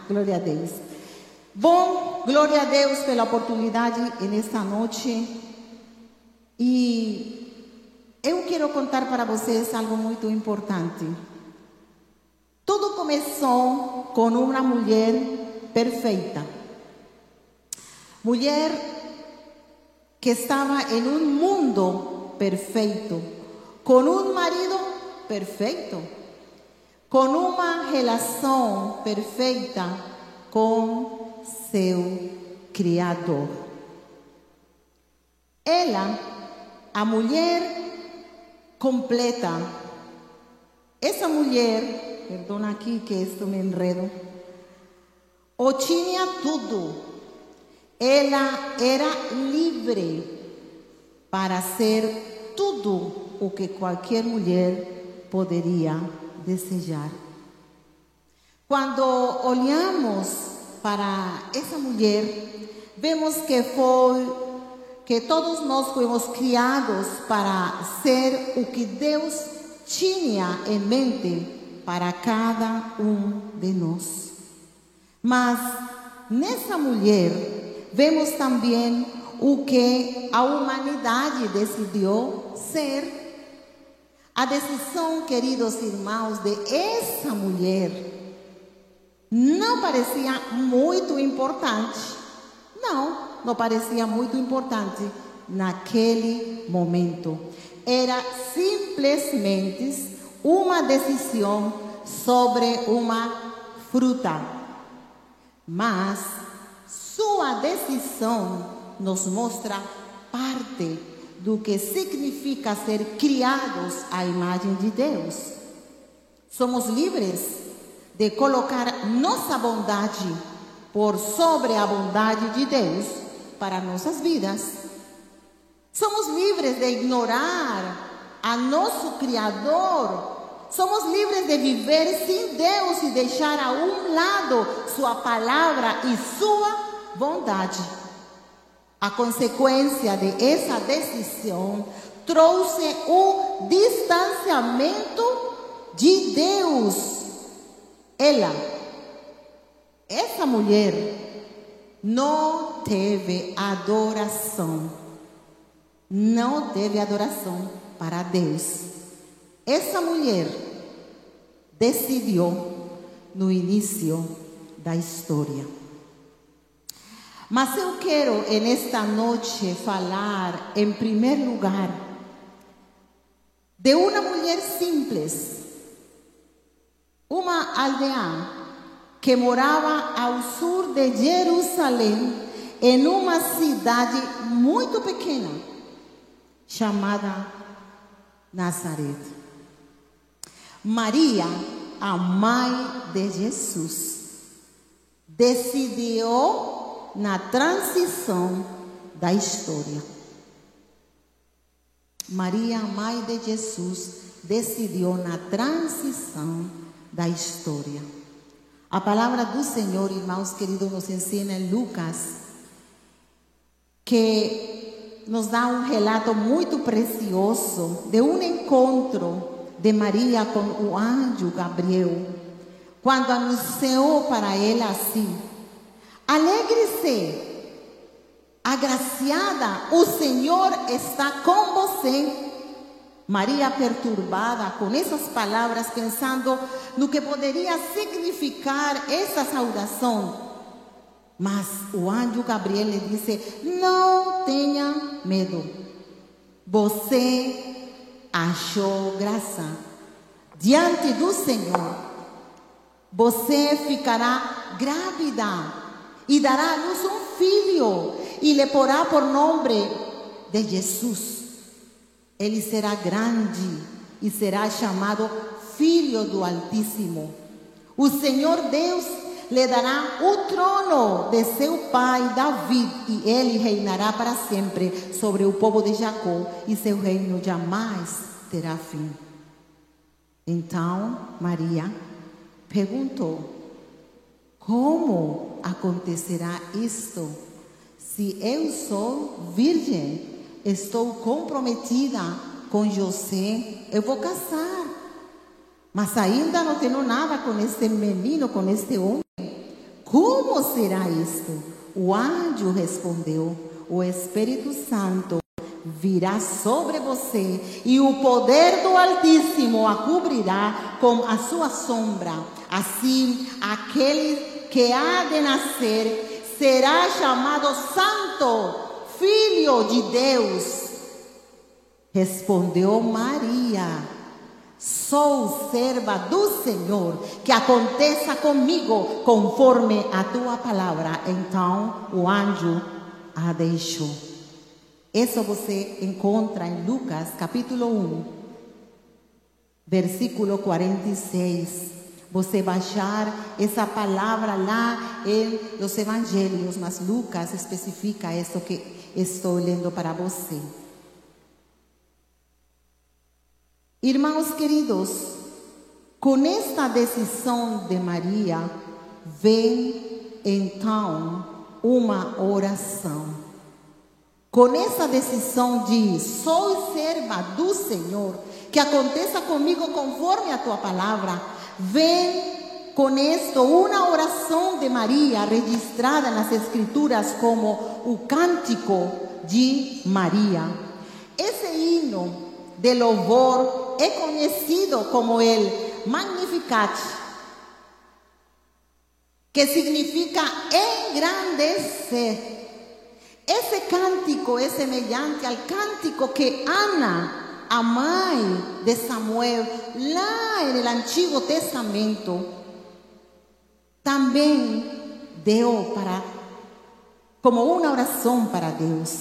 glória a Deus. Bom, glória a Deus pela oportunidade nesta noite. E eu quero contar para vocês algo muito importante. Tudo começou com uma mulher perfeita. Mulher que estava em um mundo perfeito, com um marido perfeito, com uma relação perfeita com seu Criador. Ela, a mulher completa, essa mulher, perdona aqui que isto me enredo, o tinha tudo. Ela era livre para ser tudo o que qualquer mulher poderia desejar. Quando olhamos para essa mulher, vemos que todos nós fomos criados para ser o que Deus tinha em mente para cada um de nós. Mas nessa mulher vemos também o que a humanidade decidiu ser. A decisão, queridos irmãos, de essa mulher não parecia muito importante. Não parecia muito importante naquele momento. Era simplesmente uma decisão sobre uma fruta. Mas sua decisão nos mostra parte do que significa ser criados à imagem de Deus. Somos livres de colocar nossa bondade por sobre a bondade de Deus para nossas vidas. Somos livres de ignorar a nosso Criador. Somos livres de viver sem Deus e deixar a um lado sua palavra e sua bondade. A consequência de essa decisão trouxe o distanciamento de Deus. Essa mulher não teve adoração. Não teve adoração para Deus. Essa mulher decidiu no início da história. Mas eu quero, nesta noite, falar, em primeiro lugar, de uma mulher simples, uma aldeã que morava ao sul de Jerusalém, em uma cidade muito pequena, chamada Nazaré. Maria, a mãe de Jesus, decidiu na transição da história. Maria, mãe de Jesus, decidiu na transição da história. A palavra do Senhor, irmãos queridos, nos ensina em Lucas, que nos dá um relato muito precioso de um encontro de Maria com o anjo Gabriel, quando anunciou para ela assim: alegre-se, agraciada, o Senhor está com você. Maria, perturbada com essas palavras, pensando no que poderia significar essa saudação. Mas o anjo Gabriel lhe disse: não tenha medo, você achou graça diante do Senhor. Você ficará grávida e dará à luz um filho, e lhe porá por nome de Jesus. Ele será grande e será chamado Filho do Altíssimo. O Senhor Deus lhe dará o trono de seu pai Davi, e ele reinará para sempre sobre o povo de Jacó, e seu reino jamais terá fim. Então Maria perguntou: como acontecerá isto? Se eu sou virgem, estou comprometida com José, eu vou casar, mas ainda não tenho nada com este menino, com este homem. Como será isto? O anjo respondeu: o Espírito Santo virá sobre você e o poder do Altíssimo a cobrirá com a sua sombra. Assim, aquele que há de nascer será chamado Santo, Filho de Deus. Respondeu Maria: sou serva do Senhor, que aconteça comigo conforme a tua palavra. Então o anjo a deixou. Isso você encontra em Lucas capítulo 1, versículo 46. Você vai achar essa palavra lá em os evangelhos, mas Lucas especifica isso que estou lendo para você. Irmãos queridos, com esta decisão de Maria, vem então uma oração. Com essa decisão de sou serva do Senhor, que aconteça comigo conforme a tua palavra, vem com isto uma oração de Maria registrada nas Escrituras como o Cântico de Maria. Esse hino de louvor é conhecido como o Magnificat, que significa engrandecer. Esse cântico é semelhante ao cântico que Ana, a mãe de Samuel, lá no Antigo Testamento, também deu como uma oração para Deus.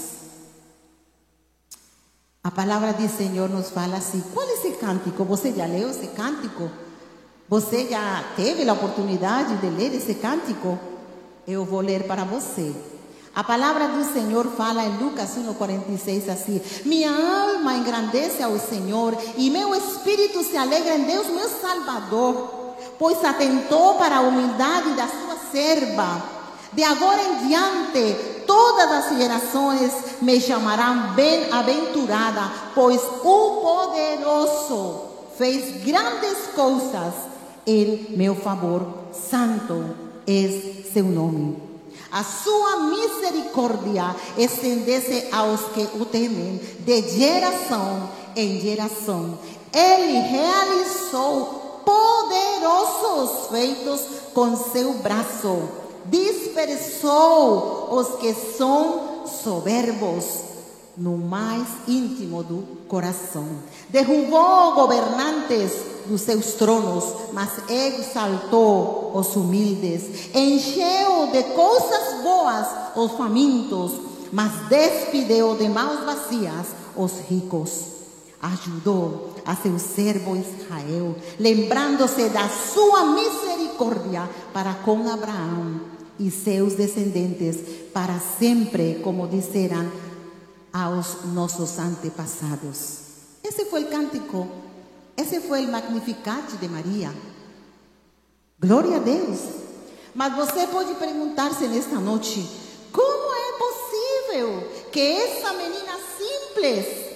A palavra do Senhor nos fala assim: qual é esse cântico? Você já leu esse cântico? Você já teve a oportunidade de ler esse cântico? Eu vou ler para você. A palavra do Senhor fala em Lucas 1,46 assim: minha alma engrandece ao Senhor e meu espírito se alegra em Deus, meu Salvador, pois atentou para a humildade da sua serva. De agora em diante, todas as gerações me chamarão bem-aventurada, pois o poderoso fez grandes coisas em meu favor. Santo é seu nome. A sua misericórdia estende-se aos que o temem, de geração em geração. Ele realizou poderosos feitos com seu braço. Dispersou os que são soberbos no mais íntimo do coração. Derrubou governantes dos seus tronos, mas exaltou os humildes. Encheu de coisas boas os famintos, mas despediu de mãos vazias os ricos. Ajudou a seu servo Israel, lembrando-se da sua misericórdia para com Abraão e seus descendentes para sempre, como disseram aos nossos antepassados. Esse foi o cântico, esse foi o Magnificat de Maria. Glória a Deus. Mas você pode perguntar-se nesta noite: como é possível que essa menina simples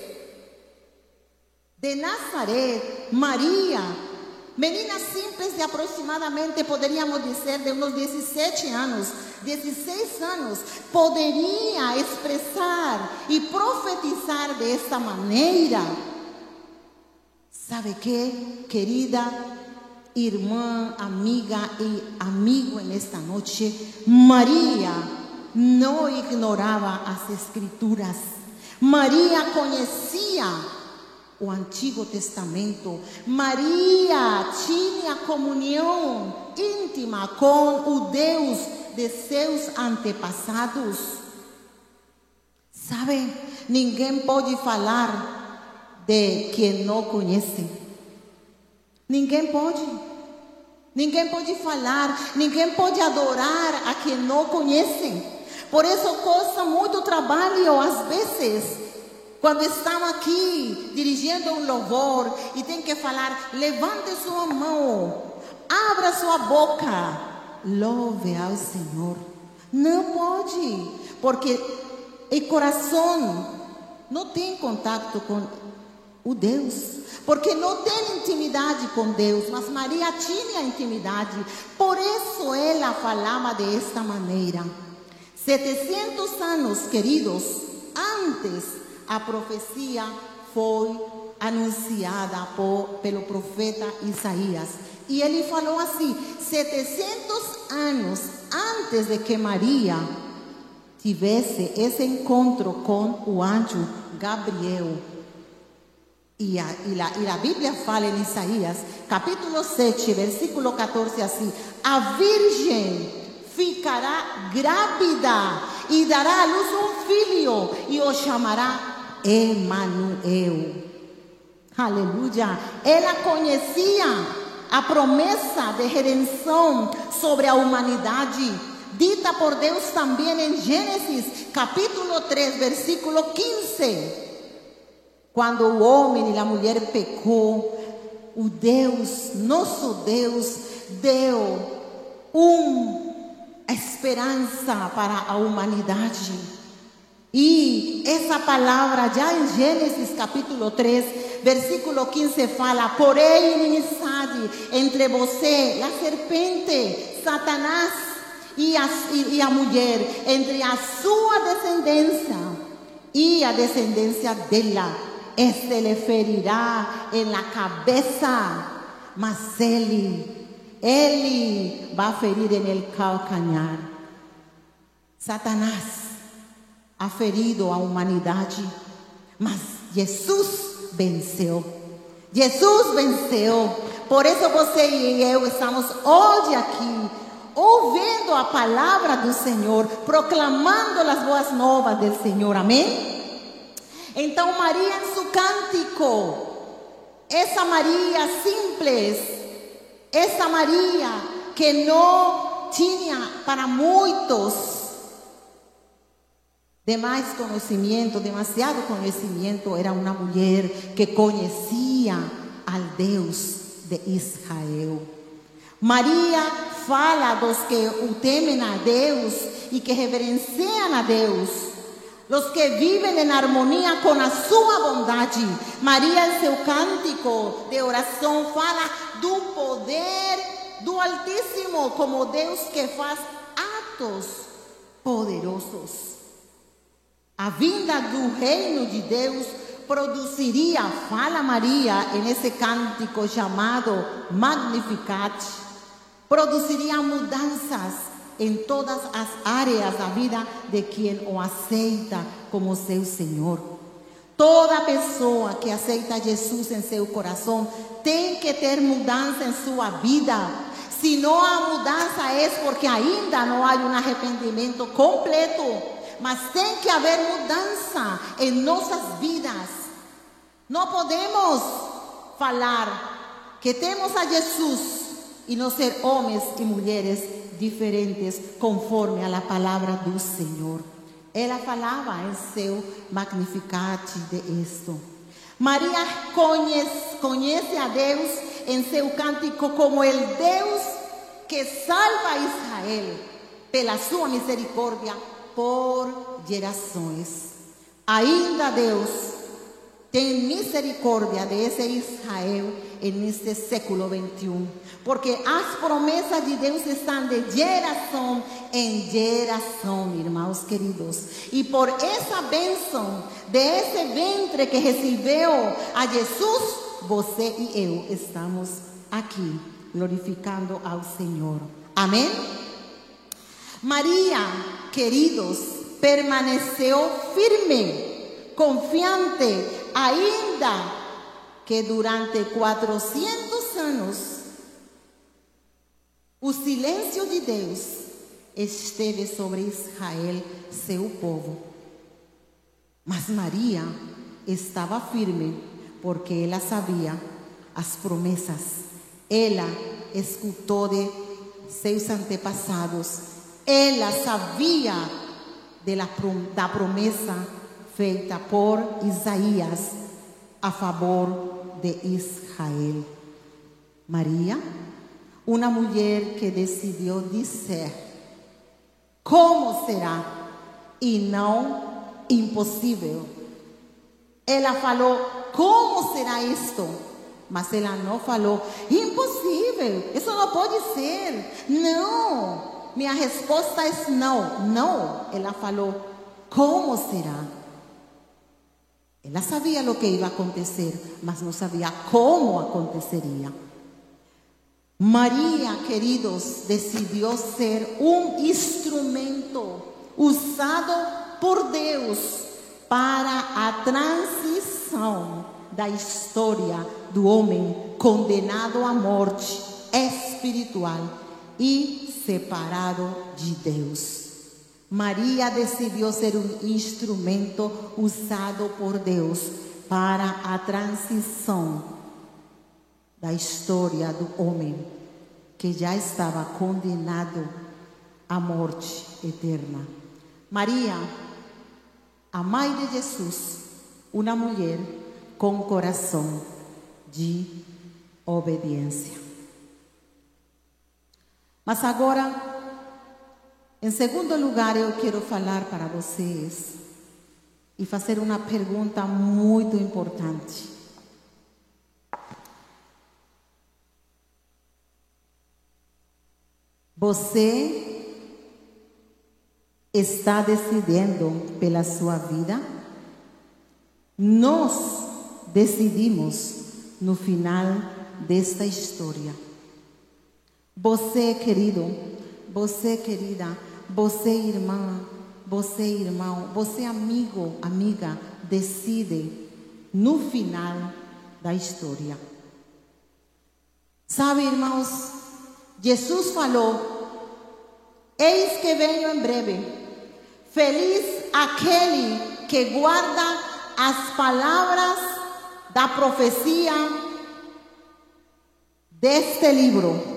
de Nazaré, Maria, menina simples de aproximadamente, poderíamos dizer, de uns 17 anos, 16 anos, poderia expressar e profetizar desta maneira? ¿Sabe qué, querida irmã, amiga e amigo nesta noite? Maria não ignorava as Escrituras. Maria conhecia o Antigo Testamento. Maria tinha comunhão íntima com o Deus de seus antepassados. Sabe, ninguém pode falar de quem não conhece. Ninguém pode. Ninguém pode falar, ninguém pode adorar a quem não conhece. Por isso custa muito trabalho às vezes, quando estamos aqui dirigindo um louvor e tem que falar: levante sua mão, abra sua boca, louve ao Senhor. Não pode, porque o coração não tem contato com o Deus. porque não tem intimidade com Deus, mas Maria tinha intimidade. Por isso ela falava desta maneira. 700 anos, queridos, antes a profecia foi anunciada pelo profeta Isaías. E ele falou assim, 700 anos antes de que Maria tivesse esse encontro com o anjo Gabriel. E a Bíblia fala em Isaías, capítulo 7, versículo 14, assim: a virgem ficará grávida e dará à luz um filho e o chamará Emanuel. Aleluia. Ela conhecia a promessa de redenção sobre a humanidade, dita por Deus também em Gênesis, capítulo 3, versículo 15. Quando o homem e a mulher pecou, o Deus, nosso Deus, deu uma esperança para a humanidade. E essa palavra, já em Gênesis capítulo 3, versículo 15, fala: porém inimizade entre você, a serpente, Satanás, e a mulher, entre a sua descendência e a descendência dela. Este lhe ferirá em la cabeça, mas ele vai ferir em el calcanhar. Satanás ha ferido a humanidade, mas Jesus venceu. Jesus venceu. Por isso você e eu estamos hoje aqui, ouvindo a palavra do Senhor, proclamando as boas novas do Senhor. Amém? Então Maria em seu cântico, essa Maria simples, essa Maria que não tinha para muitos demasiado conhecimento, era uma mulher que conhecia ao Deus de Israel. Maria fala dos que o temem a Deus e que reverenciam a Deus, os que vivem em harmonia com a sua bondade. Maria, em seu cântico de oração, fala do poder do Altíssimo como Deus que faz atos poderosos. A vinda do reino de Deus produziria, fala Maria nesse cântico chamado Magnificat, produziria mudanças em todas as áreas da vida de quem o aceita como seu Senhor. Toda pessoa que aceita Jesus em seu coração tem que ter mudança em sua vida. Se não há mudança é porque ainda não há um arrependimento completo. Mas tem que haver mudança em nossas vidas. Não podemos falar que temos a Jesus e não ser homens e mulheres diferentes conforme a palavra do Senhor. Ela falava em seu Magnificat de isto. Maria conhece a Deus em seu cântico como o Deus que salva Israel pela sua misericórdia por gerações. Ainda Deus tem misericórdia desse Israel neste século 21, porque as promessas de Deus estão de geração em geração, irmãos queridos. E por essa bênção desse ventre que recebeu a Jesus, você e eu estamos aqui glorificando ao Senhor. Amém? Maria, queridos, permaneceu firme, confiante, ainda que durante 400 anos o silêncio de Deus esteve sobre Israel, seu povo. Mas Maria estava firme, porque ela sabia as promessas. Ela escutou de seus antepassados. Ela sabia da promessa feita por Isaías a favor de Israel. Maria, uma mulher que decidiu dizer como será e não impossível. Ela falou: como será isto? Mas ela não falou, impossível, isso não pode ser. Não, minha resposta é não. Não, ela falou, como será? Ela sabia o que ia acontecer, mas não sabia como aconteceria. Maria, queridos, decidiu ser um instrumento usado por Deus para a transição da história do homem condenado à morte espiritual e separado de Deus. Maria decidiu ser um instrumento usado por Deus para a transição da história do homem que já estava condenado à morte eterna. Maria, a mãe de Jesus, uma mulher com coração de obediência. Mas agora, em segundo lugar, eu quero falar para vocês e fazer uma pergunta muito importante. Você está decidindo pela sua vida? Nós decidimos no final desta história. Você, querido, você, querida, você, irmã, você, irmão, você, amigo, amiga, decide no final da história. Sabe, irmãos, Jesus falou: eis que venho em breve. Feliz aquele que guarda as palavras da profecia deste livro.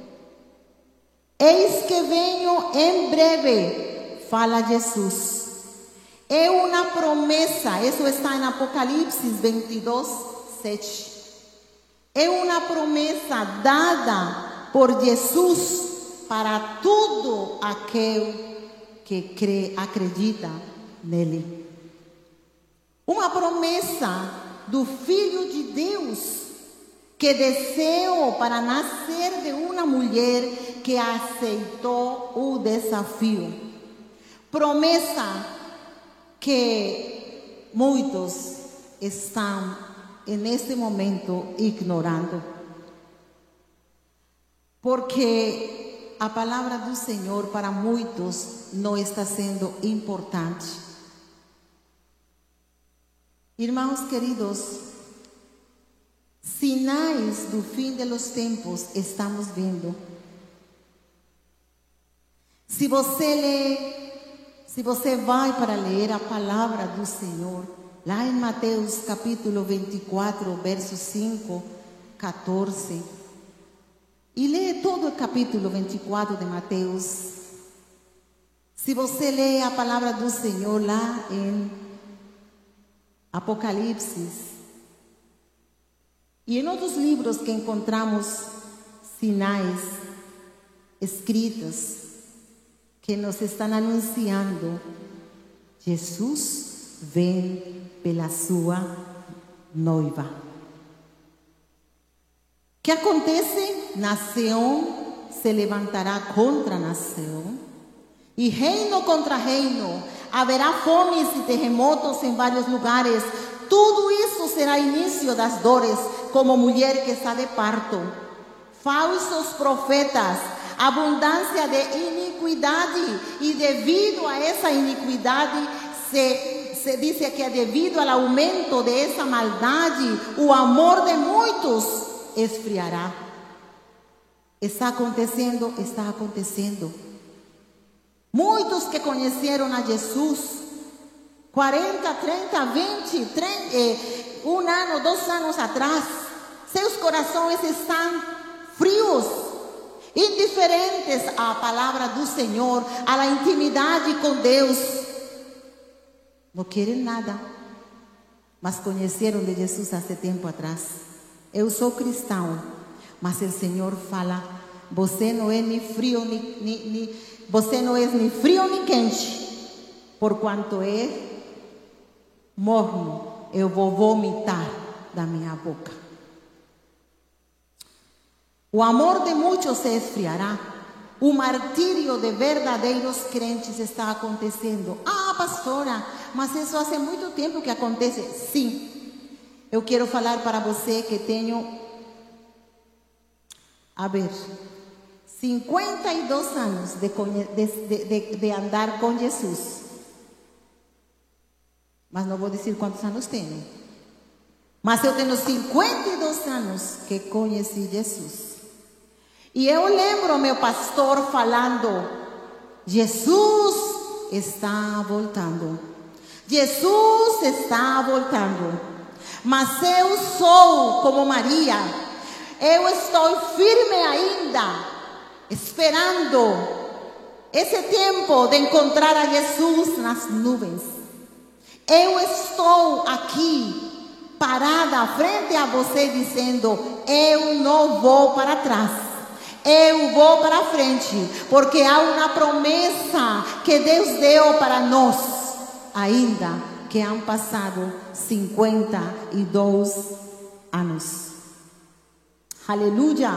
Eis que venho em breve, fala Jesus. É uma promessa, isso está em Apocalipse 22, 7. É uma promessa dada por Jesus para todo aquele que crê, acredita nele. Uma promessa do Filho de Deus que desceu para nascer de uma mulher que aceitou o desafio. Promessa que muitos estão nesse momento ignorando. Porque a palavra do Senhor para muitos não está sendo importante. Irmãos queridos, sinais do fim dos tempos estamos vendo. Se você vai para ler a palavra do Senhor, lá em Mateus capítulo 24, verso 5, 14, e lê todo o capítulo 24 de Mateus. Se você lê a palavra do Senhor lá em Apocalipse, e em outros livros que encontramos sinais escritos que nos estão anunciando, Jesus vem pela sua noiva. O que acontece? Nação se levantará contra nação e reino contra reino. Haverá fomes e terremotos em vários lugares. Tudo isso será início das dores, como mulher que está de parto. Falsos profetas, abundância de iniquidade, e devido a essa iniquidade, se diz que devido ao aumento dessa maldade, o amor de muitos esfriará. Está acontecendo, está acontecendo. Muitos que conheceram a Jesus, 40, 30, 20, 30, um ano, 2 anos atrás, seus corações estão frios, indiferentes à palavra do Senhor, à intimidade com Deus. Não querem nada, mas conheceram de Jesus há tempo atrás. Eu sou cristão, mas o Senhor fala: você não é nem frio você não é nem frio nem quente, porquanto é morno, eu vou vomitar da minha boca. O amor de muitos se esfriará. O martírio de verdadeiros crentes está acontecendo. Ah, pastora, mas isso há muito tempo que acontece. Sim. Eu quero falar para você que tenho, 52 anos de andar com Jesus. Mas não vou dizer quantos anos tenho. Mas eu tenho 52 anos que conheci Jesus. E eu lembro meu pastor falando: Jesus está voltando. Jesus está voltando. Mas eu sou como Maria. Eu estou firme ainda, esperando esse tempo de encontrar a Jesus nas nuvens. Eu estou aqui, parada frente a você, dizendo: eu não vou para trás, eu vou para frente, porque há uma promessa que Deus deu para nós, ainda que han passado 52 anos. Aleluia.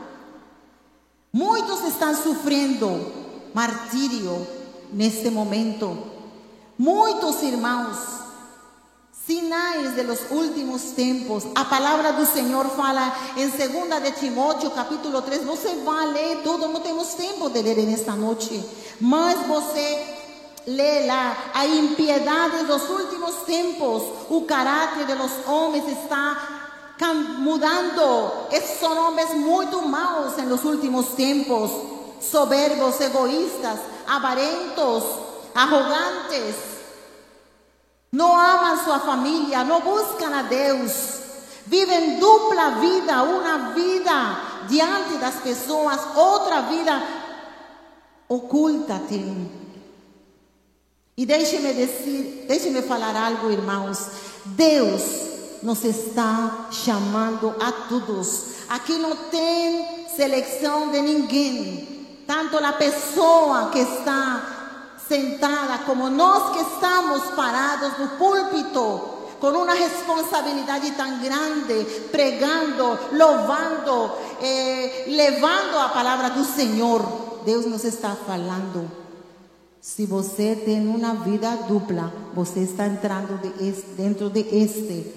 Muitos estão sofrendo martírio neste momento. Muitos irmãos, sinais de los últimos tempos. A palavra do Senhor fala em 2 de Timóteo, capítulo 3. Você vai ler tudo, não temos tempo de ler nesta noite. Mas você lê lá: a impiedade dos últimos tempos. O caráter de los homens está mudando. Esses são homens muito maus em los últimos tempos. Soberbos, egoístas, avarentos, arrogantes. Não amam sua família, não buscam a Deus. Vivem dupla vida, uma vida diante das pessoas, outra vida oculta tem. E deixe-me falar algo, irmãos. Deus nos está chamando a todos. Aqui não tem seleção de ninguém. Tanto a pessoa que está sentada como nós que estamos parados no púlpito, com uma responsabilidade tão grande, pregando, louvando, levando a palavra do Senhor. Deus nos está falando: se você tem uma vida dupla, você está entrando dentro de este.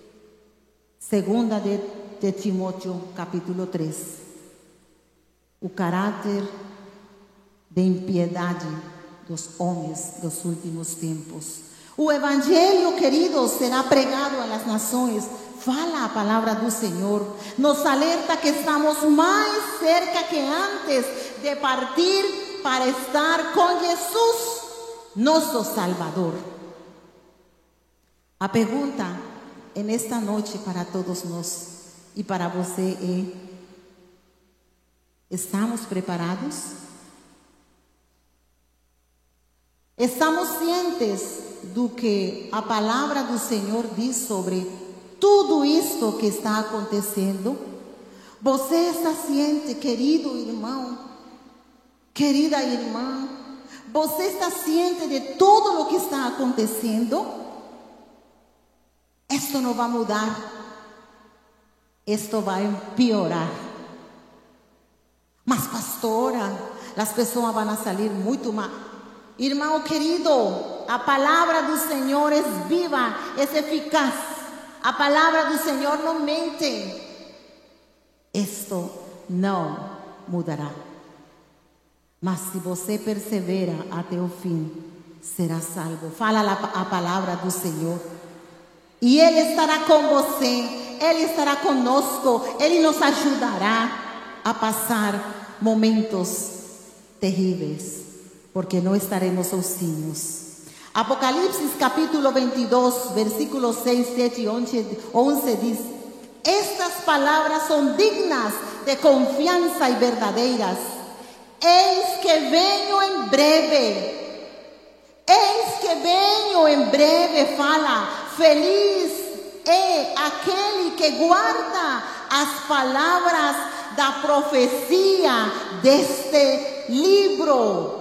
2 de Timóteo, capítulo 3. O caráter de impiedade dos homens dos últimos tempos. O evangelho, queridos, será pregado às nações. Fala a palavra do Senhor. Nos alerta que estamos mais cerca que antes de partir para estar com Jesus, nosso Salvador. A pergunta nesta noite para todos nós e para você é: estamos preparados? Estamos cientes do que a palavra do Senhor diz sobre tudo isto que está acontecendo? Você está ciente, querido irmão? Querida irmã, você está ciente de tudo o que está acontecendo? Isto não vai mudar, isto vai piorar. Mas pastora, as pessoas vão sair muito mal. Irmão querido, a palavra do Senhor é viva, é eficaz. A palavra do Senhor não mente. Isto não mudará. Mas se você persevera até o fim, será salvo. Fala a palavra do Senhor. E Ele estará com você. Ele estará conosco. Ele nos ajudará a passar momentos terríveis. Porque não estaremos sozinhos. Apocalipse capítulo 22, versículos 6, 7 e 11 diz: estas palavras são dignas de confiança e verdadeiras. Eis que venho em breve. Eis que venho em breve, fala. Feliz é aquele que guarda as palavras da profecia deste livro.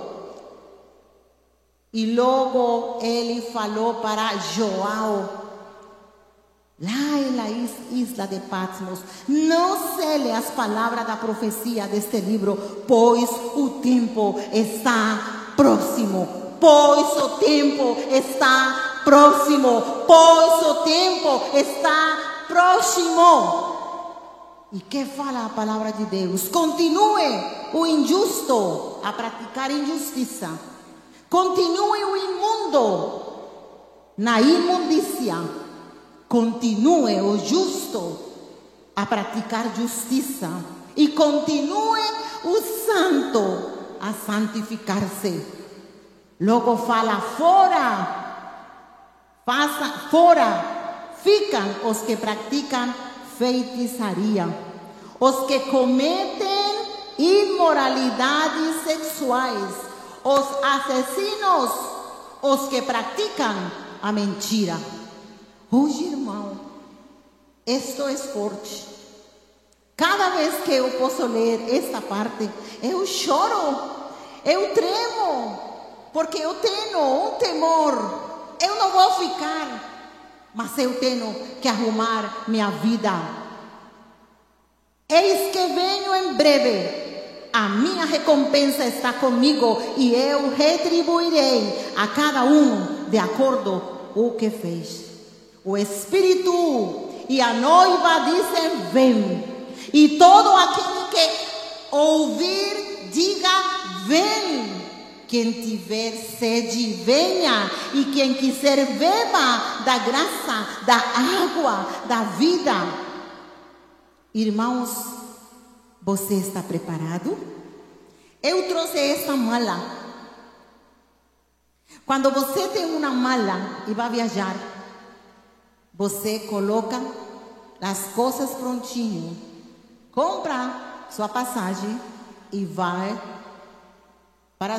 E logo ele falou para João. lá en la isla de Patmos. Não cele as palavras da profecia deste livro, pois o tempo está próximo. Pois o tempo está próximo. Pois o tempo está próximo. E que fala a palavra de Deus? Continue o injusto a praticar injustiça. Continue o imundo na imundícia. Continue o justo a praticar justiça. E continue o santo a santificar-se. Logo fala, fora ficam os que praticam feitiçaria, os que cometem imoralidades sexuais, os assassinos, os que praticam a mentira. Hoje, irmão, isto é forte. Cada vez que eu posso ler esta parte, eu choro, eu tremo, porque eu tenho um temor. Eu não vou ficar, mas eu tenho que arrumar minha vida. Eis que venho em breve, a minha recompensa está comigo e eu retribuirei a cada um de acordo com o que fez. O Espírito e a noiva dizem: vem. E todo aquele que ouvir, diga: vem. Quem tiver sede, venha. E quem quiser, beba da graça, da água, da vida. Irmãos, você está preparado? Eu trouxe esta mala. Quando você tem uma mala e vai viajar, você coloca as coisas prontinho, compra sua passagem e vai para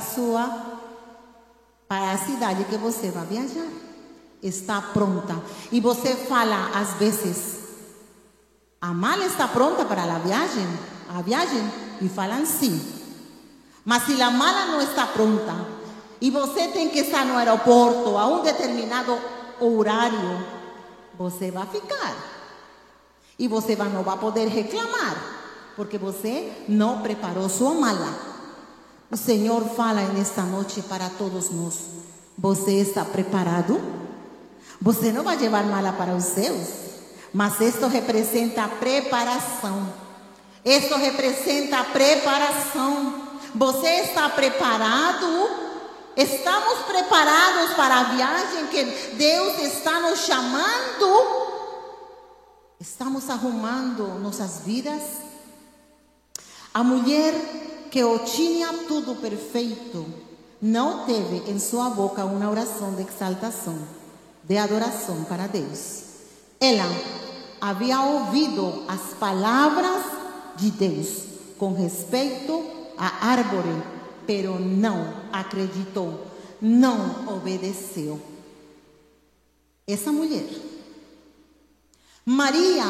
a cidade que você vai viajar. Está pronta. E você fala às vezes: a mala está pronta para a viagem? E falam sim. Mas se a mala não está pronta e você tem que estar no aeroporto a um determinado horário, você vai ficar. E você não vai poder reclamar, porque você não preparou sua mala. O Senhor fala nesta noite para todos nós: você está preparado? Você não vai levar mala para os céus, mas isto representa preparação. Isto representa preparação. Você está preparado? Estamos preparados para a viagem que Deus está nos chamando? Estamos arrumando nossas vidas? A mulher que eu tinha tudo perfeito não teve em sua boca uma oração de exaltação, de adoração para Deus. Ela havia ouvido as palavras de Deus com respeito à árvore, pero não acreditou, não obedeceu. Essa mulher, Maria,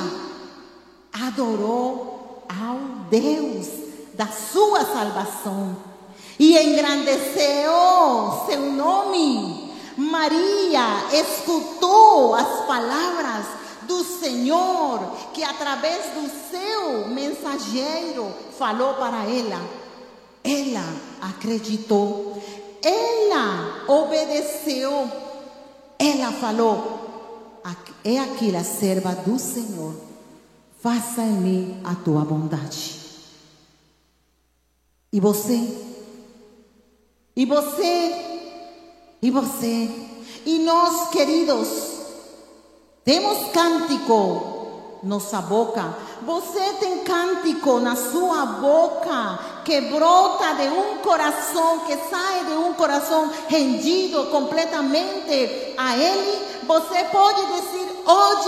adorou ao Deus da sua salvação e engrandeceu seu nome. Maria escutou as palavras do Senhor, que através do seu mensageiro falou para ela. Ela acreditou, ela obedeceu, ela falou: é aqui a serva do Senhor, faça em mim a tua bondade. E você, e nós, queridos, temos cântico na nossa boca. Você tem cântico na sua boca que brota de um coração, que sai de um coração rendido completamente a Ele. Você pode dizer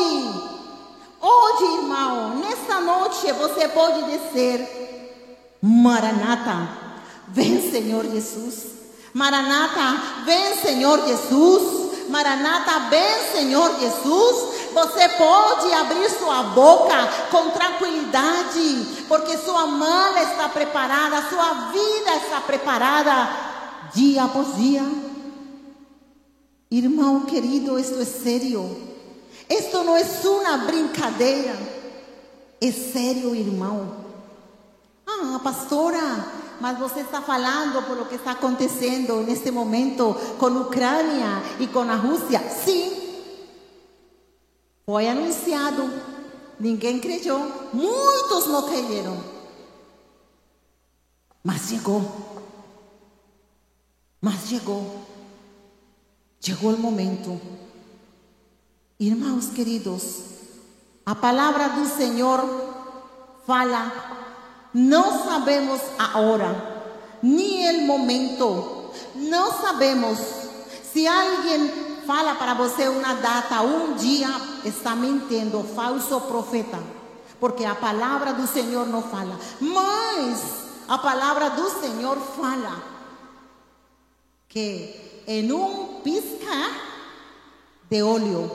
hoje, irmão, nesta noite, você pode dizer: Maranata, vem, Senhor Jesus. Maranata, vem, Senhor Jesus. Maranata, vem, Senhor Jesus. Você pode abrir sua boca com tranquilidade, porque sua mala está preparada, sua vida está preparada dia após dia. Irmão querido, isto é sério. Esto não é uma brincadeira. É sério, irmão. Ah, pastora, mas você está falando por lo que está acontecendo neste momento com a Ucrânia e com a Rússia. Sim. Foi anunciado. Ninguém creu. Muitos não creram. Mas chegou. Chegou o momento. Irmãos queridos, a palavra do Senhor fala, não sabemos a hora, nem o momento, não sabemos. Se alguém fala para você uma data, um dia, está mentindo, falso profeta, porque a palavra do Senhor não fala, mas a palavra do Senhor fala que em um piscar de olho,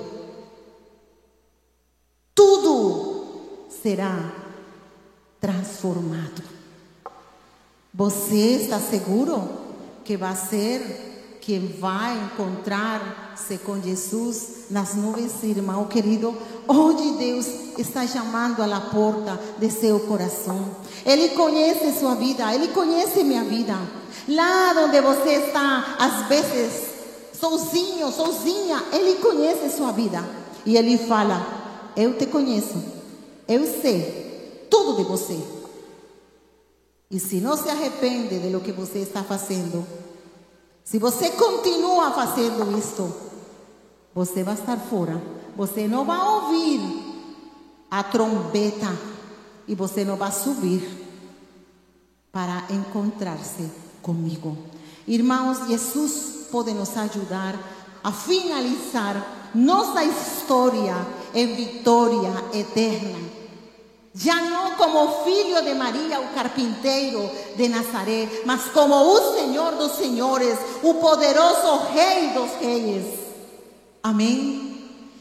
tudo será transformado. Você está seguro que vai ser quem vai encontrar-se com Jesus nas nuvens, irmão querido? Hoje Deus está chamando à porta de seu coração. Ele conhece sua vida, Ele conhece minha vida. Lá onde você está, às vezes, sozinho, sozinha, Ele conhece sua vida. E Ele fala: eu te conheço, eu sei tudo de você. E se não se arrepende de lo que você está fazendo, se você continua fazendo isto, você vai estar fora. Você não vai ouvir a trombeta e você não vai subir para encontrar-se comigo. Irmãos, Jesus pode nos ajudar a finalizar nossa história em vitória eterna. Já não como filho de Maria, o carpinteiro de Nazaré, mas como o Senhor dos senhores, o poderoso Rei dos reis. Amém?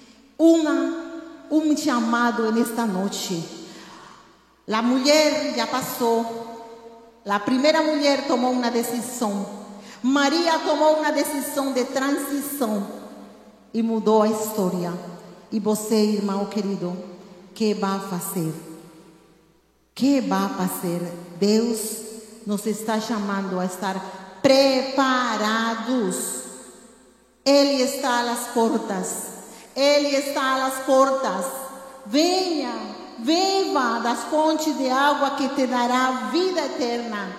Um chamado nesta noite. A mulher já passou. A primeira mulher tomou uma decisão. Maria tomou uma decisão de transição e mudou a história. E você, irmão querido, que vai fazer? Que vai fazer? Deus nos está chamando a estar preparados. Ele está às portas. Ele está às portas. Venha, beba das fontes de água que te dará vida eterna.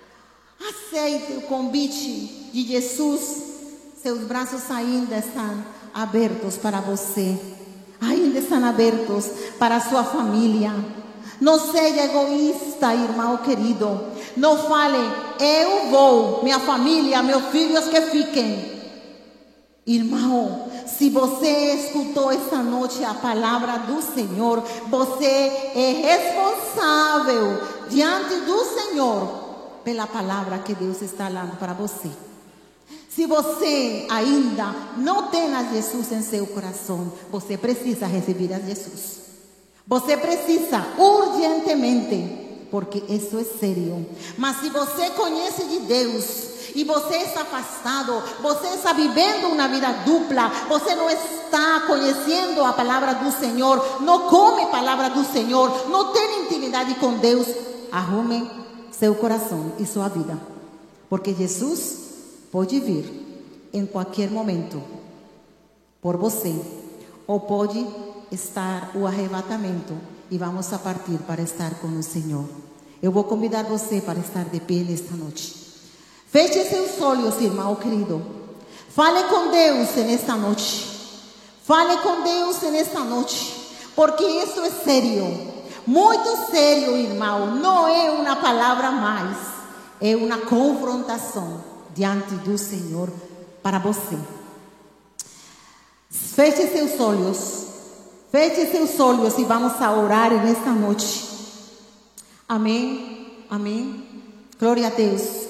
Aceite o convite de Jesus. Seus braços ainda estão abertos para você. Ainda estão abertos para a sua família. Não seja egoísta, irmão querido. Não fale, eu vou, minha família, meus filhos que fiquem. Irmão, se você escutou esta noite a palavra do Senhor, você é responsável diante do Senhor pela palavra que Deus está dando para você. Se você ainda não tem a Jesus em seu coração, você precisa receber a Jesus. Você precisa urgentemente, porque isso é sério. Mas se você conhece de Deus e você está afastado, você está vivendo uma vida dupla, você não está conhecendo a palavra do Senhor, não come a palavra do Senhor, não tem intimidade com Deus, arrume seu coração e sua vida, porque Jesus pode vir em qualquer momento por você, ou pode estar o arrebatamento e vamos a partir para estar com o Senhor. Eu vou convidar você para estar de pé nesta noite. Feche seus olhos, irmão querido. Fale com Deus nesta noite. Fale com Deus nesta noite, porque isso é sério, muito sério, irmão. Não é uma palavra mais, é uma confrontação diante do Senhor para você. Feche seus olhos. Feche seus olhos e vamos a orar nesta noite. Amém. Amém. Glória a Deus.